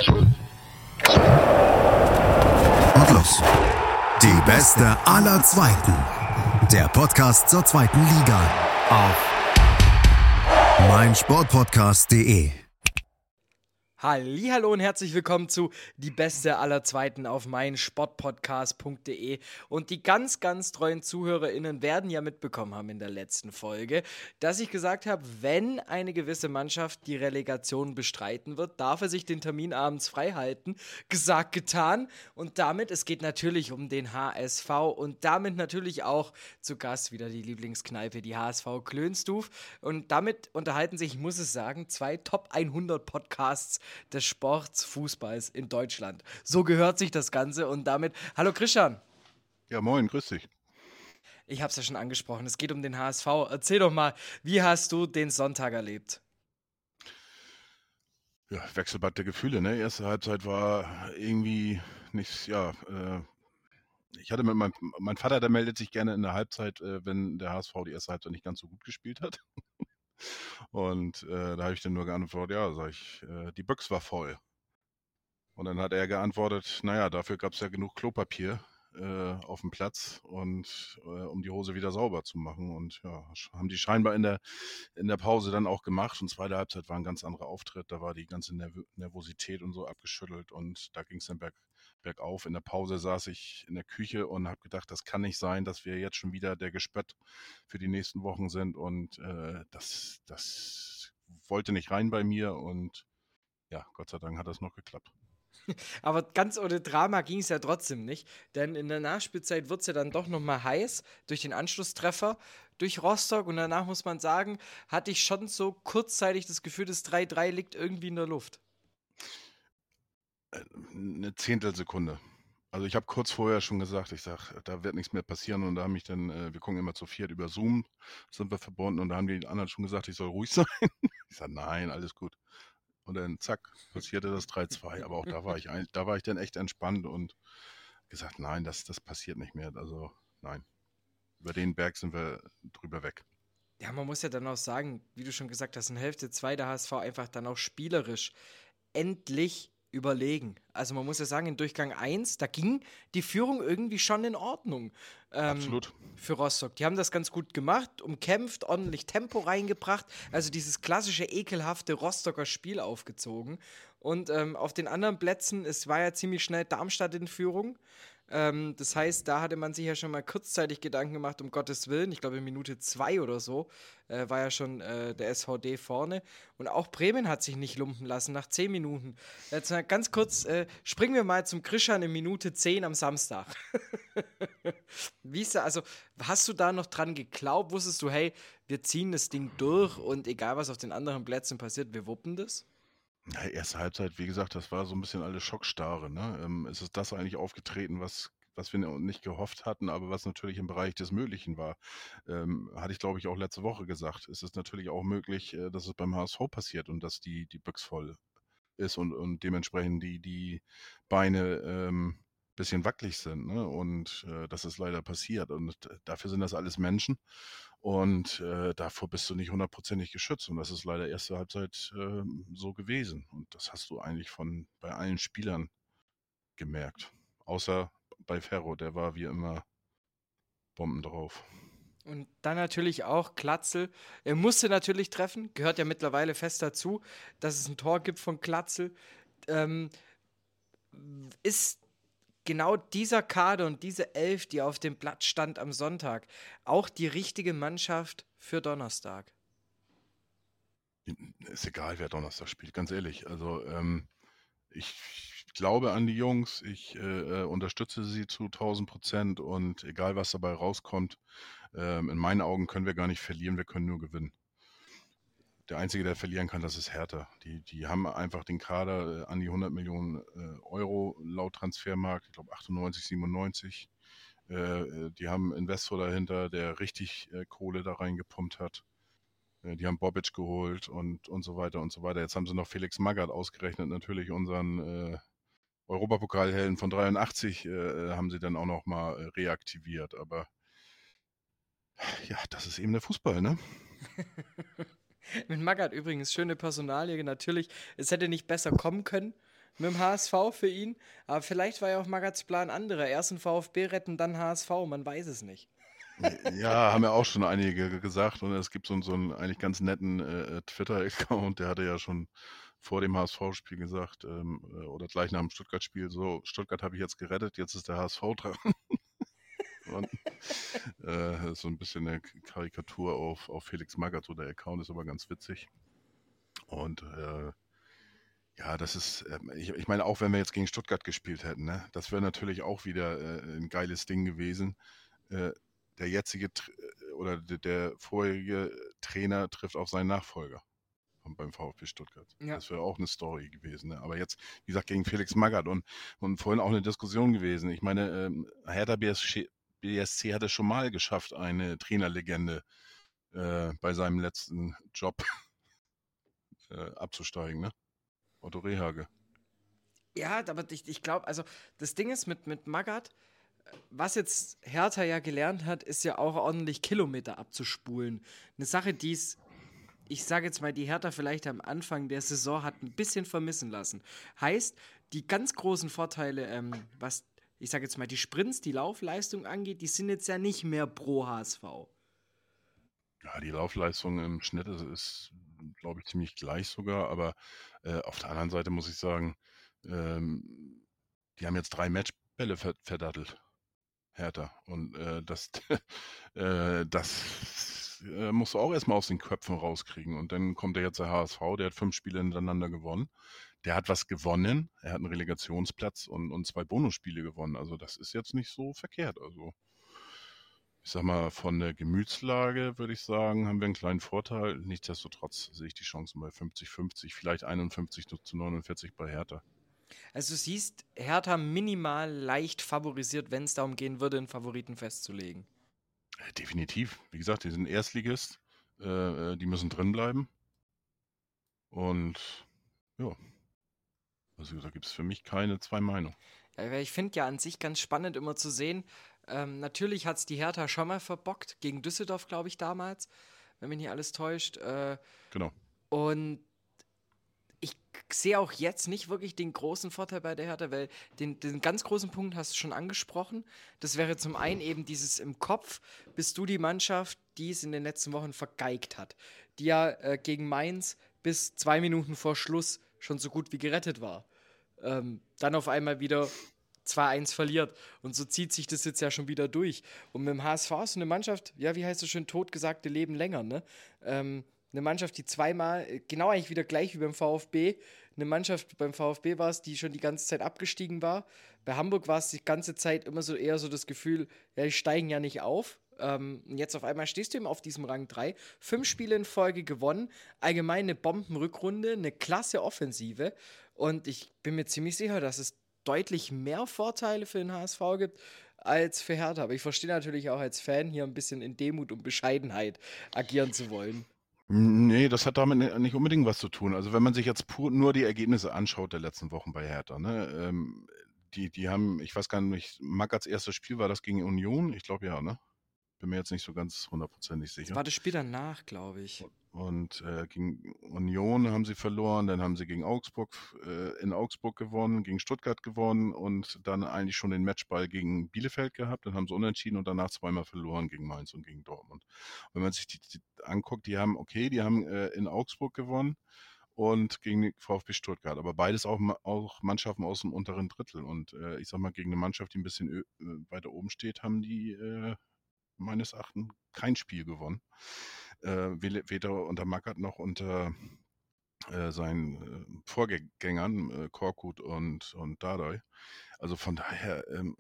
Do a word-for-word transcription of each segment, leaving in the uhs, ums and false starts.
Und los. Die beste aller Zweiten. Der Podcast zur zweiten Liga auf meinsportpodcast punkt de. Hallihallo und herzlich willkommen zu Die Beste aller Zweiten auf meinsportpodcast punkt de. Und die ganz, ganz treuen ZuhörerInnen werden ja mitbekommen haben in der letzten Folge, dass ich gesagt habe, wenn eine gewisse Mannschaft die Relegation bestreiten wird, darf er sich den Termin abends frei halten. Gesagt, getan. Und damit, es geht natürlich um den H S V und damit natürlich auch zu Gast wieder die Lieblingskneipe, die H S V Klönstuf. Und damit unterhalten sich, ich muss es sagen, zwei Top hundert Podcasts des Sports, Fußballs in Deutschland. So gehört sich das Ganze und damit, hallo Christian. Ja, moin, grüß dich. Ich habe es ja schon angesprochen, es geht um den H S V. Erzähl doch mal, wie hast du den Sonntag erlebt? Ja, Wechselbad der Gefühle, ne? Erste Halbzeit war irgendwie nichts, ja, äh, ich hatte mit meinem, mein Vater, der meldet sich gerne in der Halbzeit, äh, wenn der H S V die erste Halbzeit nicht ganz so gut gespielt hat. Und äh, da habe ich dann nur geantwortet, ja, sag ich, äh, die Büchs war voll. Und dann hat er geantwortet, naja, dafür gab es ja genug Klopapier äh, auf dem Platz und äh, um die Hose wieder sauber zu machen. Und ja, haben die scheinbar in der, in der Pause dann auch gemacht. Und zweite Halbzeit war ein ganz anderer Auftritt. Da war die ganze Nerv- Nervosität und so abgeschüttelt und da ging es dann berg, bergauf. In der Pause saß ich in der Küche und habe gedacht, das kann nicht sein, dass wir jetzt schon wieder der Gespött für die nächsten Wochen sind. Und äh, das, das wollte nicht rein bei mir. Und ja, Gott sei Dank hat das noch geklappt. Aber ganz ohne Drama ging es ja trotzdem nicht, denn in der Nachspielzeit wird es ja dann doch nochmal heiß durch den Anschlusstreffer durch Rostock und danach muss man sagen, hatte ich schon so kurzzeitig das Gefühl, das drei drei liegt irgendwie in der Luft. Eine Zehntelsekunde. Also ich habe kurz vorher schon gesagt, ich sage, da wird nichts mehr passieren und da haben mich dann, äh, wir gucken immer zu viert über Zoom, sind wir verbunden und da haben die anderen schon gesagt, ich soll ruhig sein. Ich sage, nein, alles gut. Und dann zack, passierte das drei zwei, aber auch da war ich ein, da war ich dann echt entspannt und gesagt, nein, das, das passiert nicht mehr. Also nein, über den Berg sind wir drüber weg. Ja, man muss ja dann auch sagen, wie du schon gesagt hast, in Hälfte zwei der H S V einfach dann auch spielerisch endlich überlegen. Also man muss ja sagen, in Durchgang eins, da ging die Führung irgendwie schon in Ordnung. Ähm, Absolut. Für Rostock. Die haben das ganz gut gemacht, umkämpft, ordentlich Tempo reingebracht, also dieses klassische, ekelhafte Rostocker Spiel aufgezogen. Und ähm, auf den anderen Plätzen, es war ja ziemlich schnell Darmstadt in Führung. Ähm, das heißt, da hatte man sich ja schon mal kurzzeitig Gedanken gemacht, um Gottes Willen. Ich glaube, in Minute zwei oder so äh, war ja schon äh, der S V D vorne. Und auch Bremen hat sich nicht lumpen lassen nach zehn Minuten. Jetzt mal ganz kurz, äh, springen wir mal zum Krishan in Minute zehn am Samstag. Wie ist da, also, hast du da noch dran geglaubt? Wusstest du, hey, wir ziehen das Ding durch und egal, was auf den anderen Plätzen passiert, wir wuppen das? Ja, erste Halbzeit, wie gesagt, das war so ein bisschen alles Schockstarre. Ne? Ähm, es ist das eigentlich aufgetreten, was, was wir nicht gehofft hatten, aber was natürlich im Bereich des Möglichen war. Ähm, hatte ich, glaube ich, auch letzte Woche gesagt. Es ist natürlich auch möglich, äh, dass es beim H S V passiert und dass die, die Büchs voll ist und, und dementsprechend die, die Beine ähm, bisschen wackelig sind. Ne? Und äh, das ist leider passiert. Und dafür sind das alles Menschen. Und äh, davor bist du nicht hundertprozentig geschützt. Und das ist leider erste Halbzeit äh, so gewesen. Und das hast du eigentlich von bei allen Spielern gemerkt. Außer bei Ferro, der war wie immer Bomben drauf. Und dann natürlich auch Glatzel. Er musste natürlich treffen, gehört ja mittlerweile fest dazu, dass es ein Tor gibt von Glatzel. Ähm, ist genau dieser Kader und diese Elf, die auf dem Blatt stand am Sonntag, auch die richtige Mannschaft für Donnerstag? Ist egal, wer Donnerstag spielt, ganz ehrlich. Also ähm, ich glaube an die Jungs, ich äh, äh, unterstütze sie zu tausend Prozent und egal was dabei rauskommt, ähm, in meinen Augen können wir gar nicht verlieren, wir können nur gewinnen. Der Einzige, der verlieren kann, das ist Hertha. Die, die haben einfach den Kader äh, an die hundert Millionen äh, Euro laut Transfermarkt, ich glaube achtundneunzig, siebenundneunzig. Äh, äh, die haben einen Investor dahinter, der richtig äh, Kohle da reingepumpt hat. Äh, die haben Bobic geholt und, und so weiter und so weiter. Jetzt haben sie noch Felix Magath ausgerechnet, natürlich unseren äh, Europapokalhelden von dreiundachtzig äh, haben sie dann auch noch mal äh, reaktiviert. Aber ja, das ist eben der Fußball, ne? Mit Magath übrigens, schöne Personalie, natürlich. Es hätte nicht besser kommen können. mit dem H S V für ihn. Aber vielleicht war ja auch Magats Plan anderer. Erst den VfB retten, dann H S V. Man weiß es nicht. Ja, haben ja auch schon einige gesagt. Und es gibt so, einen- so einen eigentlich ganz netten äh, Twitter-Account, der hatte ja schon vor dem H S V-Spiel gesagt, ähm, äh, oder gleich nach dem Stuttgart-Spiel, so, Stuttgart habe ich jetzt gerettet, jetzt ist der H S V dran. Und, äh, so ein bisschen eine Karikatur auf, auf Felix Magath, so der Account ist aber ganz witzig. Und äh, ja, das ist, ähm, ich, ich meine, auch wenn wir jetzt gegen Stuttgart gespielt hätten, ne, das wäre natürlich auch wieder äh, ein geiles Ding gewesen. Äh, der jetzige Tr- äh, oder der, der vorherige Trainer trifft auf seinen Nachfolger vom- beim VfB Stuttgart. Ja. Das wäre auch eine Story gewesen. Ne? Aber jetzt, wie gesagt, gegen Felix Magath und, und vorhin auch eine Diskussion gewesen. Ich meine, ähm, Hertha B S C, B S C hat es schon mal geschafft, eine Trainerlegende äh, bei seinem letzten Job äh, abzusteigen, ne? Otto Rehhagel. Ja, aber ich, ich glaube, also das Ding ist mit, mit Magath, was jetzt Hertha ja gelernt hat, ist ja auch ordentlich Kilometer abzuspulen. Eine Sache, die es, ich sage jetzt mal, die Hertha vielleicht am Anfang der Saison hat ein bisschen vermissen lassen. Heißt, die ganz großen Vorteile, ähm, was, ich sage jetzt mal, die Sprints, die Laufleistung angeht, die sind jetzt ja nicht mehr pro H S V. Ja, die Laufleistung im Schnitt ist, ist glaube ich, ziemlich gleich sogar. Aber äh, auf der anderen Seite muss ich sagen, ähm, die haben jetzt drei Matchbälle ver verdattelt. Hertha. Und äh, das, äh, das äh, musst du auch erstmal aus den Köpfen rauskriegen. Und dann kommt der jetzt der H S V, der hat fünf Spiele hintereinander gewonnen. Der hat was gewonnen. Er hat einen Relegationsplatz und, und zwei Bonusspiele gewonnen. Also das ist jetzt nicht so verkehrt. Also ich sag mal, von der Gemütslage würde ich sagen, haben wir einen kleinen Vorteil. Nichtsdestotrotz sehe ich die Chancen bei fünfzig fünfzig, vielleicht einundfünfzig zu neunundvierzig bei Hertha. Also du siehst, Hertha minimal leicht favorisiert, wenn es darum gehen würde, einen Favoriten festzulegen. Äh, Definitiv. Wie gesagt, die sind Erstligist. Äh, die müssen drin bleiben. Und ja, also da gibt es für mich keine zwei Meinungen. Ja, weil ich finde ja an sich ganz spannend immer zu sehen, ähm, natürlich hat es die Hertha schon mal verbockt, gegen Düsseldorf, glaube ich, damals, wenn mich nicht alles täuscht. Äh, Genau. und ich sehe auch jetzt nicht wirklich den großen Vorteil bei der Hertha, weil den, den ganz großen Punkt hast du schon angesprochen. Das wäre zum einen eben dieses im Kopf, bist du die Mannschaft, die es in den letzten Wochen vergeigt hat, die ja äh, gegen Mainz bis zwei Minuten vor Schluss schon so gut wie gerettet war. Ähm, dann auf einmal wieder zwei eins verliert. Und so zieht sich das jetzt ja schon wieder durch. Und mit dem H S V ist eine Mannschaft, ja, wie heißt es schön, totgesagte Leben länger, ne? Ähm, eine Mannschaft, die zweimal, genau eigentlich wieder gleich wie beim VfB, eine Mannschaft beim VfB war es, die schon die ganze Zeit abgestiegen war. Bei Hamburg war es die ganze Zeit immer so eher so das Gefühl, ja, die steigen ja nicht auf. Ähm, und jetzt auf einmal stehst du eben auf diesem Rang drei. Fünf Spiele in Folge gewonnen, allgemein eine Bombenrückrunde, eine klasse Offensive. Und ich bin mir ziemlich sicher, dass es deutlich mehr Vorteile für den H S V gibt als für Hertha. Aber ich verstehe natürlich auch als Fan hier ein bisschen in Demut und Bescheidenheit agieren zu wollen. Nee, das hat damit ni- nicht unbedingt was zu tun. Also wenn man sich jetzt pur nur die Ergebnisse anschaut der letzten Wochen bei Hertha, ne, ähm, die, die haben, ich weiß gar nicht, Magaths erstes Spiel war das gegen Union? Ich glaube ja, ne? Bin mir jetzt nicht so ganz hundertprozentig Das sicher. war das Spiel danach, glaube ich. Und äh, gegen Union haben sie verloren, dann haben sie gegen Augsburg äh, in Augsburg gewonnen, gegen Stuttgart gewonnen und dann eigentlich schon den Matchball gegen Bielefeld gehabt. Dann haben sie unentschieden und danach zweimal verloren gegen Mainz und gegen Dortmund. Und wenn man sich die, die anguckt, die haben, okay, die haben äh, in Augsburg gewonnen und gegen den VfB Stuttgart, aber beides auch, ma- auch Mannschaften aus dem unteren Drittel. Und äh, ich sag mal, gegen eine Mannschaft, die ein bisschen ö- äh, weiter oben steht, haben die äh, meines Erachtens kein Spiel gewonnen. Äh, weder unter Magath noch unter äh, seinen äh, Vorgängern, äh, Korkut und, und Dardai. Also von daher ähm,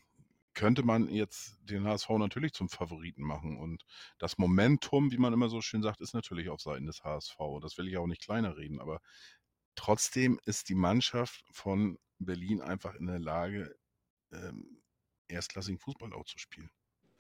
könnte man jetzt den H S V natürlich zum Favoriten machen. Und das Momentum, wie man immer so schön sagt, ist natürlich auf Seiten des H S V. Das will ich auch nicht kleiner reden, aber trotzdem ist die Mannschaft von Berlin einfach in der Lage, ähm, erstklassigen Fußball auch zu spielen.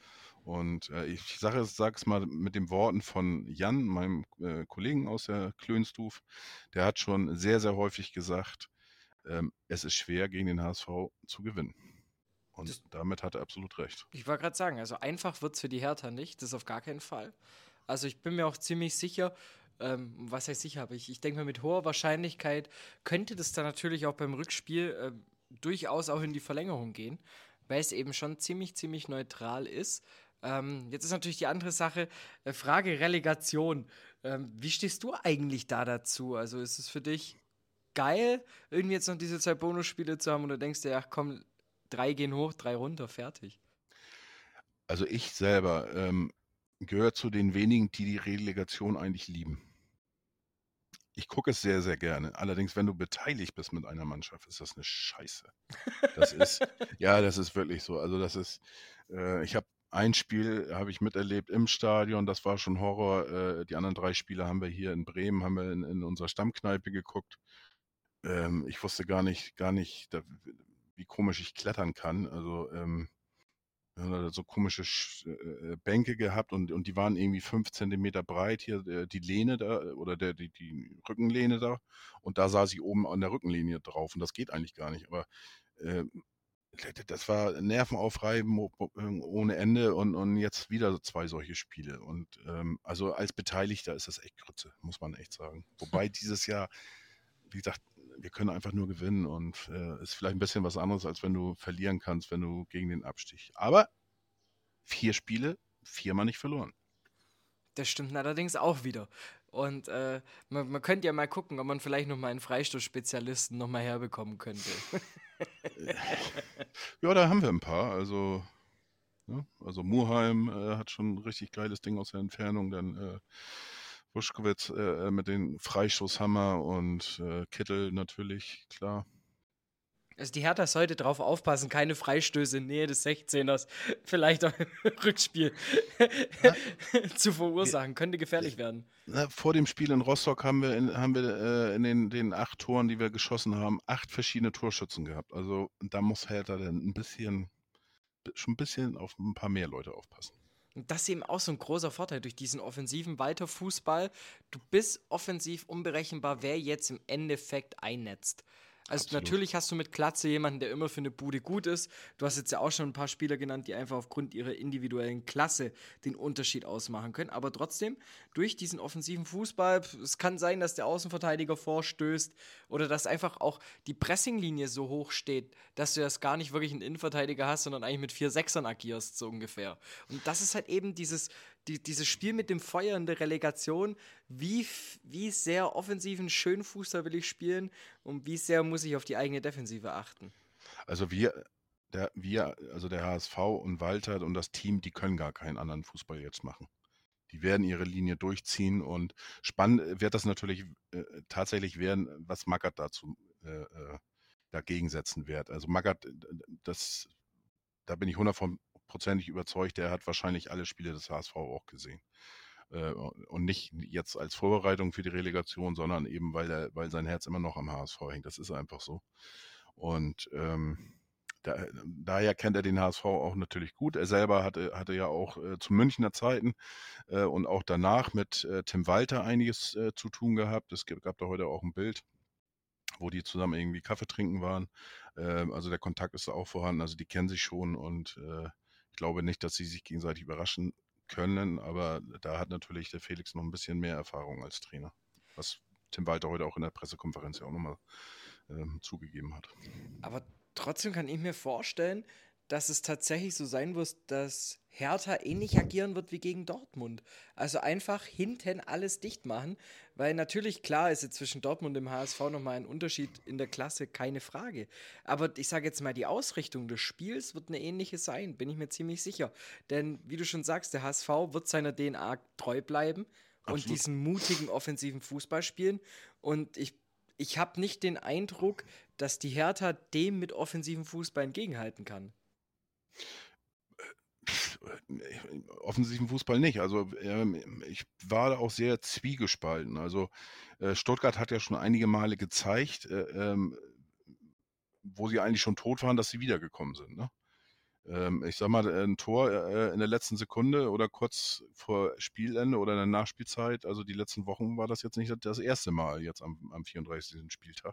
Und äh, ich sage es, sag's mal mit den Worten von Jan, meinem äh, Kollegen aus der Klönstuf. Der hat schon sehr, sehr häufig gesagt, ähm, es ist schwer, gegen den H S V zu gewinnen. Und Das, damit hat er absolut recht. ich wollte gerade sagen, also einfach wird es für die Hertha nicht, das auf gar keinen Fall. Also ich bin mir auch ziemlich sicher, Ähm, was heißt sicher, aber ich, ich denke mal, mit hoher Wahrscheinlichkeit könnte das dann natürlich auch beim Rückspiel äh, durchaus auch in die Verlängerung gehen, weil es eben schon ziemlich, ziemlich neutral ist. Ähm, jetzt ist natürlich die andere Sache, äh, Frage Relegation. Ähm, wie stehst du eigentlich da dazu? Also ist es für dich geil, irgendwie jetzt noch diese zwei Bonusspiele zu haben oder denkst du, ach komm, drei gehen hoch, drei runter, fertig? Also ich selber ähm, gehöre zu den wenigen, die die Relegation eigentlich lieben. Ich gucke es sehr, sehr gerne. Allerdings, wenn du beteiligt bist mit einer Mannschaft, ist das eine Scheiße. Das ist, ja, das ist wirklich so. Also das ist, äh, ich habe ein Spiel habe ich miterlebt im Stadion, das war schon Horror. Äh, die anderen drei Spiele haben wir hier in Bremen, haben wir in, in unserer Stammkneipe geguckt. Ähm, ich wusste gar nicht, gar nicht, da, wie komisch ich klettern kann. Also ähm, wir haben da so komische Sch äh, Bänke gehabt und, und die waren irgendwie fünf Zentimeter breit hier, äh, die Lehne da oder der, die, die Rückenlehne da. Und da saß ich oben an der Rückenlinie drauf und das geht eigentlich gar nicht. Aber äh, das war Nervenaufreiben o- o- ohne Ende und, und jetzt wieder so zwei solche Spiele. Und ähm, also als Beteiligter ist das echt Grütze, muss man echt sagen. Wobei dieses Jahr, wie gesagt, wir können einfach nur gewinnen und äh, ist vielleicht ein bisschen was anderes, als wenn du verlieren kannst, wenn du gegen den Abstieg. Aber vier Spiele, viermal nicht verloren. Das stimmt allerdings auch wieder. Und äh, man, man könnte ja mal gucken, ob man vielleicht noch mal einen Freistoßspezialisten noch mal herbekommen könnte. Ja, da haben wir ein paar. Also, ne? Also Muheim äh, hat schon ein richtig geiles Ding aus der Entfernung. Dann äh, Wuschkowitz äh, mit den Freistoßhammer und äh, Kittel natürlich, klar. Also die Hertha sollte drauf aufpassen, keine Freistöße in Nähe des sechzehners vielleicht auch im Rückspiel Na, zu wir, verursachen. Könnte gefährlich werden. na, vor dem Spiel in Rostock haben wir in, haben wir äh, in den, den acht Toren, die wir geschossen haben, acht verschiedene Torschützen gehabt. Also da muss Hertha dann ein bisschen, schon ein bisschen auf ein paar mehr Leute aufpassen. Und das ist eben auch so ein großer Vorteil durch diesen offensiven Weiterfußball. Du bist offensiv unberechenbar, wer jetzt im Endeffekt einnetzt. Also Absolut. natürlich hast du mit Glatze jemanden, der immer für eine Bude gut ist. Du hast jetzt ja auch schon ein paar Spieler genannt, die einfach aufgrund ihrer individuellen Klasse den Unterschied ausmachen können. Aber trotzdem, durch diesen offensiven Fußball, es kann sein, dass der Außenverteidiger vorstößt oder dass einfach auch die Pressinglinie so hoch steht, dass du das gar nicht wirklich einen Innenverteidiger hast, sondern eigentlich mit vier Sechsern agierst, so ungefähr. Und das ist halt eben dieses, die, dieses Spiel mit dem Feuer in der Relegation. Wie, wie sehr offensiven, schönen Fußball will ich spielen und wie sehr muss ich auf die eigene Defensive achten? Also wir, der, wir, also der H S V und Walter und das Team, die können gar keinen anderen Fußball jetzt machen. Die werden ihre Linie durchziehen und spannend wird das natürlich äh, tatsächlich werden, was Magath dazu äh, äh, dagegen setzen wird. Also Magath, äh, das, da bin ich hundertprozentig überzeugt, der hat wahrscheinlich alle Spiele des H S V auch gesehen. Äh, und nicht jetzt als Vorbereitung für die Relegation, sondern eben, weil, er, weil sein Herz immer noch am H S V hängt. Das ist einfach so. Und ähm, da, daher kennt er den H S V auch natürlich gut. Er selber hatte, hatte ja auch äh, zu Münchner Zeiten äh, und auch danach mit äh, Tim Walter einiges äh, zu tun gehabt. Es gab, gab da heute auch ein Bild, wo die zusammen irgendwie Kaffee trinken waren. Ähm, also der Kontakt ist da auch vorhanden. Also die kennen sich schon und äh, ich glaube nicht, dass sie sich gegenseitig überraschen können. Aber da hat natürlich der Felix noch ein bisschen mehr Erfahrung als Trainer. Was Tim Walter heute auch in der Pressekonferenz ja auch nochmal ähm, zugegeben hat. Aber trotzdem kann ich mir vorstellen, dass es tatsächlich so sein wird, dass Hertha ähnlich agieren wird wie gegen Dortmund. Also einfach hinten alles dicht machen, weil natürlich klar ist jetzt zwischen Dortmund und dem H S V nochmal ein Unterschied in der Klasse, keine Frage. Aber ich sage jetzt mal, die Ausrichtung des Spiels wird eine ähnliche sein, bin ich mir ziemlich sicher. Denn wie du schon sagst, der H S V wird seiner D N A treu bleiben und Absolut. diesen mutigen offensiven Fußball spielen. Und ich ich habe nicht den Eindruck, dass die Hertha dem mit offensivem Fußball entgegenhalten kann. Offensiven Fußball nicht. Also ähm, ich war da auch sehr zwiegespalten. Also äh, Stuttgart hat ja schon einige Male gezeigt, äh, ähm, wo sie eigentlich schon tot waren, dass sie wiedergekommen sind. Ne? Ähm, ich sag mal, ein Tor äh, in der letzten Sekunde oder kurz vor Spielende oder in der Nachspielzeit, also die letzten Wochen war das jetzt nicht das erste Mal jetzt am, am vierunddreißigsten Spieltag.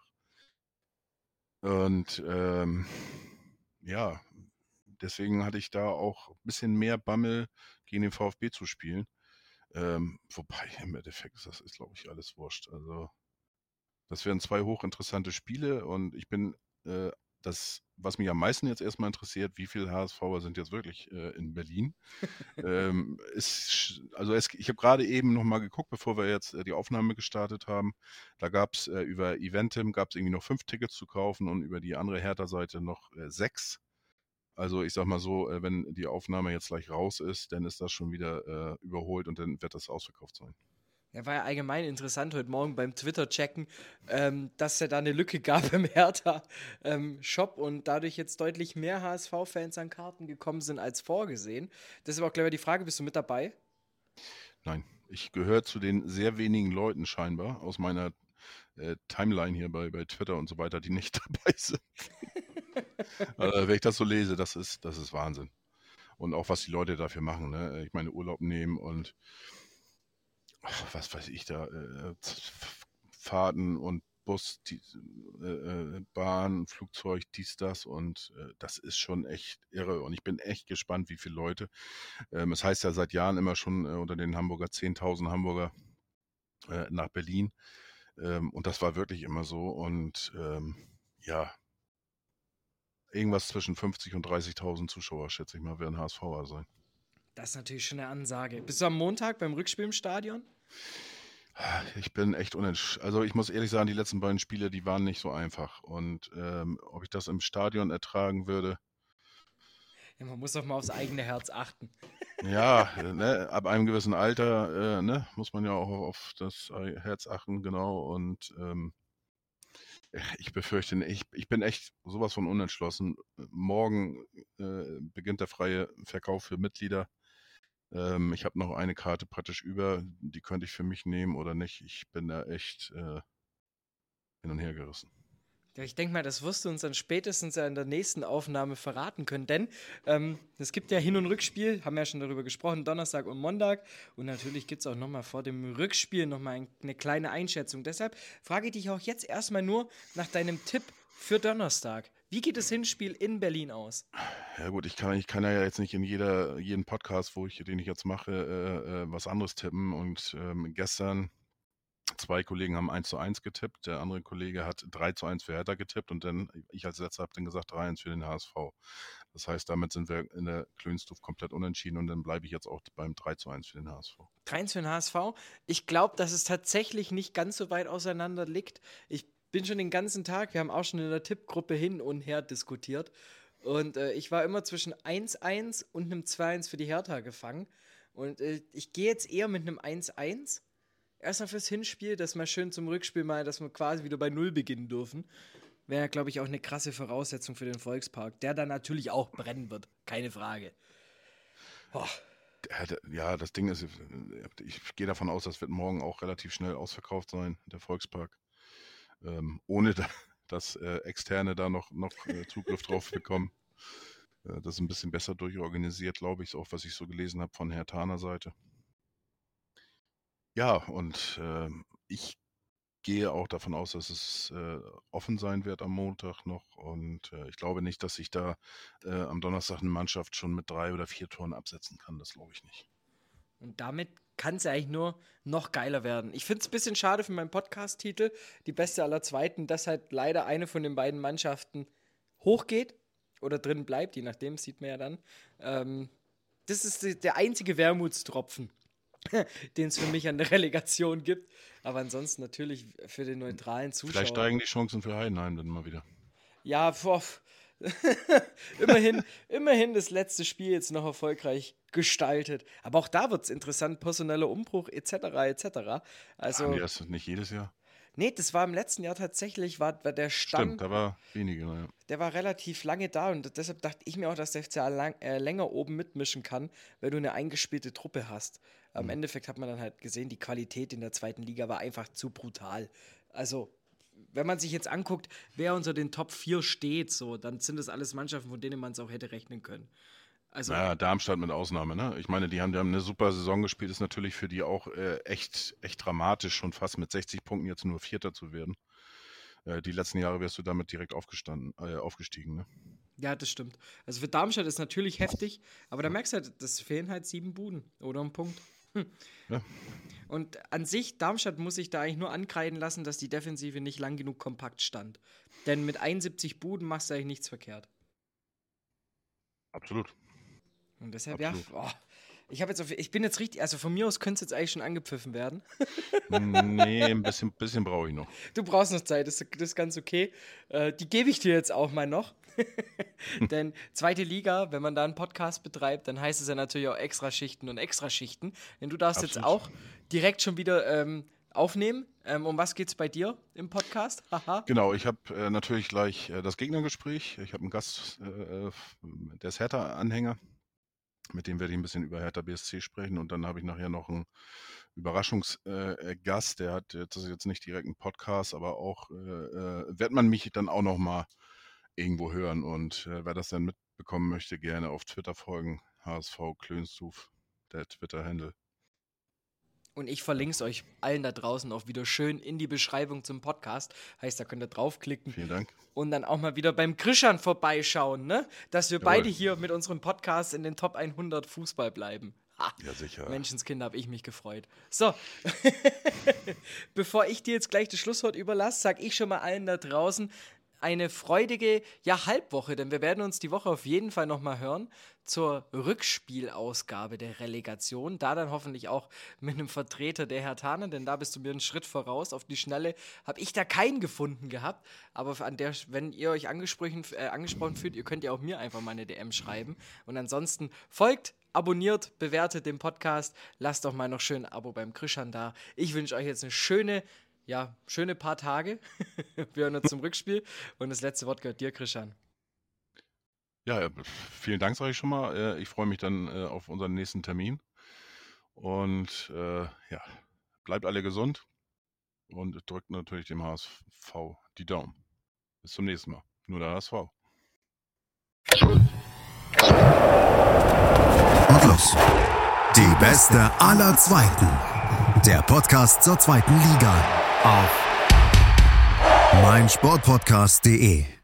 Und ähm, ja, deswegen hatte ich da auch ein bisschen mehr Bammel, gegen den VfB zu spielen. Ähm, wobei, im Endeffekt ist das, ist, glaube ich, alles wurscht. Also, das wären zwei hochinteressante Spiele und ich bin, äh, das, was mich am meisten jetzt erstmal interessiert, wie viele HSVer sind jetzt wirklich äh, in Berlin? ähm, ist, sch- also es, ich habe gerade eben nochmal geguckt, bevor wir jetzt äh, die Aufnahme gestartet haben. Da gab es äh, über Eventim gab es irgendwie noch fünf Tickets zu kaufen und über die andere Hertha-Seite noch äh, sechs. Also ich sag mal so, äh, wenn die Aufnahme jetzt gleich raus ist, dann ist das schon wieder äh, überholt und dann wird das ausverkauft sein. Ja, war ja allgemein interessant heute Morgen beim Twitter-Checken, ähm, dass es da eine Lücke gab im Hertha-Shop und dadurch jetzt deutlich mehr H S V-Fans an Karten gekommen sind als vorgesehen. Deshalb auch gleich mal die Frage, bist du mit dabei? Nein, ich gehöre zu den sehr wenigen Leuten scheinbar aus meiner äh, Timeline hier bei, bei Twitter und so weiter, die nicht dabei sind. äh, wenn ich das so lese, das ist, das ist Wahnsinn. Und auch was die Leute dafür machen, ne? Ich meine, Urlaub nehmen und ach, was weiß ich da, äh, Fahrten und Bus, die, äh, Bahn, Flugzeug, dies, das und äh, das ist schon echt irre und ich bin echt gespannt, wie viele Leute. Ähm, es heißt ja seit Jahren immer schon äh, unter den Hamburger zehntausend Hamburger äh, nach Berlin ähm, und das war wirklich immer so und ähm, ja, irgendwas zwischen fünfzig und dreißigtausend Zuschauer, schätze ich mal, werden HSVer sein. Das ist natürlich schon eine Ansage. Bist du am Montag beim Rückspiel im Stadion? Ich bin echt unentsch... Also ich muss ehrlich sagen, die letzten beiden Spiele, die waren nicht so einfach. Und ähm, ob ich das im Stadion ertragen würde, Ja, man muss doch mal aufs eigene Herz achten. ja, äh, ne, ab einem gewissen Alter, äh, ne, muss man ja auch auf das Ei- Herz achten, genau. Und ähm, ich befürchte, ich, ich bin echt sowas von unentschlossen. Morgen äh, beginnt der freie Verkauf für Mitglieder. Ähm, ich habe noch eine Karte praktisch über, die könnte ich für mich nehmen oder nicht. Ich bin da echt äh, hin und her gerissen. Ja, ich denke mal, das wirst du uns dann spätestens ja in der nächsten Aufnahme verraten können, denn ähm, es gibt ja Hin- und Rückspiel, haben wir ja schon darüber gesprochen, Donnerstag und Montag. Und natürlich gibt es auch nochmal vor dem Rückspiel nochmal ein, eine kleine Einschätzung. Deshalb frage ich dich auch jetzt erstmal nur nach deinem Tipp für Donnerstag. Wie geht das Hinspiel in Berlin aus? Ja gut, ich kann, ich kann ja jetzt nicht in jeder, jeden Podcast, wo ich, den ich jetzt mache, äh, äh, was anderes tippen. Und ähm, gestern zwei Kollegen haben eins zu eins getippt, der andere Kollege hat drei zu eins für Hertha getippt und dann, ich als letzter habe dann gesagt drei eins für den H S V. Das heißt, damit sind wir in der Klönstuf komplett unentschieden und dann bleibe ich jetzt auch beim drei zu eins für den H S V. drei eins für den H S V. Ich glaube, dass es tatsächlich nicht ganz so weit auseinander liegt. Ich bin schon den ganzen Tag, wir haben auch schon in der Tippgruppe hin und her diskutiert. Und äh, ich war immer zwischen eins eins und einem zwei eins für die Hertha gefangen. Und äh, ich gehe jetzt eher mit einem eins eins. Erstmal fürs Hinspiel, dass wir schön zum Rückspiel mal, dass wir quasi wieder bei Null beginnen dürfen. Wäre, glaube ich, auch eine krasse Voraussetzung für den Volkspark, der dann natürlich auch brennen wird. Keine Frage. Boah. Ja, das Ding ist, äh, ich gehe davon aus, das wird morgen auch relativ schnell ausverkauft sein, der Volkspark. Ähm, ohne da, dass äh, Externe da noch, noch äh, Zugriff drauf bekommen. Äh, das ist ein bisschen besser durchorganisiert, glaube ich, auch was ich so gelesen habe von Herr Thaner Seite. Ja, und äh, ich gehe auch davon aus, dass es äh, offen sein wird am Montag noch. Und äh, ich glaube nicht, dass sich da äh, am Donnerstag eine Mannschaft schon mit drei oder vier Toren absetzen kann. Das glaube ich nicht. Und damit kann es ja eigentlich nur noch geiler werden. Ich finde es ein bisschen schade für meinen Podcast-Titel, die beste aller Zweiten, dass halt leider eine von den beiden Mannschaften hochgeht oder drin bleibt, je nachdem, sieht man ja dann. Ähm, das ist die, der einzige Wermutstropfen, den es für mich an der Relegation gibt. Aber ansonsten natürlich für den neutralen Zuschauer. Vielleicht steigen die Chancen für Heidenheim dann mal wieder. Ja, boah. immerhin, immerhin das letzte Spiel jetzt noch erfolgreich gestaltet. Aber auch da wird es interessant, personeller Umbruch et cetera et cetera. Also, Haben die das nicht jedes Jahr? nee, das war im letzten Jahr tatsächlich, war, war der Stamm, Stimmt, da war weniger. Ja. der war relativ lange da und deshalb dachte ich mir auch, dass der F C A lang, äh, länger oben mitmischen kann, weil du eine eingespielte Truppe hast. Am Mhm. Endeffekt hat man dann halt gesehen, die Qualität in der zweiten Liga war einfach zu brutal. Also, wenn man sich jetzt anguckt, wer unter den Top vier steht, so, dann sind das alles Mannschaften, von denen man es auch hätte rechnen können. Also, Ja, Darmstadt mit Ausnahme, ne? Ich meine, die haben, die haben eine super Saison gespielt, ist natürlich für die auch äh, echt, echt dramatisch, schon fast mit sechzig Punkten jetzt nur Vierter zu werden. Äh, die letzten Jahre wärst du damit direkt aufgestanden, äh, aufgestiegen, ne? ja, das stimmt. Also für Darmstadt ist natürlich heftig, aber da merkst du halt, das fehlen halt sieben Buden oder ein Punkt. Hm. Ja. Und an sich, Darmstadt muss sich da eigentlich nur ankreiden lassen, dass die Defensive nicht lang genug kompakt stand. Denn mit einundsiebzig Buden machst du eigentlich nichts verkehrt. Absolut. Und deshalb, Absolut. ja, oh, ich habe jetzt auf, ich bin jetzt richtig, also von mir aus könnte es jetzt eigentlich schon angepfiffen werden. Nee, ein bisschen, bisschen brauche ich noch. Du brauchst noch Zeit, das, das ist ganz okay. Äh, die gebe ich dir jetzt auch mal noch. Denn zweite Liga, wenn man da einen Podcast betreibt, dann heißt es ja natürlich auch Extraschichten und Extraschichten. Denn du darfst Absolut. Jetzt auch direkt schon wieder ähm, aufnehmen. Ähm, um was geht es bei dir im Podcast? Haha. Genau, ich habe äh, natürlich gleich äh, das Gegnergespräch. Ich habe einen Gast, äh, der ist Hertha-Anhänger. Mit dem werde ich ein bisschen über Hertha B S C sprechen. Und dann habe ich nachher noch einen Überraschungsgast. Äh, der hat, das ist jetzt nicht direkt ein Podcast, aber auch, äh, wird man mich dann auch noch mal irgendwo hören. Und äh, wer das dann mitbekommen möchte, gerne auf Twitter folgen. H S V Klönstuf, der Twitter-Handle. Und ich verlinke es euch allen da draußen auch wieder schön in die Beschreibung zum Podcast. Heißt, da könnt ihr draufklicken. Vielen Dank. Und dann auch mal wieder beim Krischan vorbeischauen, ne? Dass wir Jawohl. Beide hier mit unserem Podcast in den Top hundert Fußball bleiben. Ha. Ja, sicher. Menschenskind, habe ich mich gefreut. So, bevor ich dir jetzt gleich das Schlusswort überlasse, sage ich schon mal allen da draußen, eine freudige, ja, Halbwoche, denn wir werden uns die Woche auf jeden Fall nochmal hören zur Rückspielausgabe der Relegation. Da dann hoffentlich auch mit einem Vertreter der Herthaner, denn da bist du mir einen Schritt voraus. Auf die Schnelle habe ich da keinen gefunden gehabt. Aber an der, wenn ihr euch angesprochen, äh, angesprochen fühlt, ihr könnt ja auch mir einfach mal eine D M schreiben. Und ansonsten folgt, abonniert, bewertet den Podcast. Lasst doch mal noch schön ein Abo beim Krischan da. Ich wünsche euch jetzt eine schöne Ja, schöne paar Tage. Wir hören uns zum Rückspiel. Und das letzte Wort gehört dir, Krischan. Ja, vielen Dank, sage ich schon mal. Ich freue mich dann auf unseren nächsten Termin. Und äh, ja, bleibt alle gesund und drückt natürlich dem H S V die Daumen. Bis zum nächsten Mal. Nur der H S V. Und los. Die beste aller Zweiten. Der Podcast zur zweiten Liga. Auf meinsportpodcast punkt de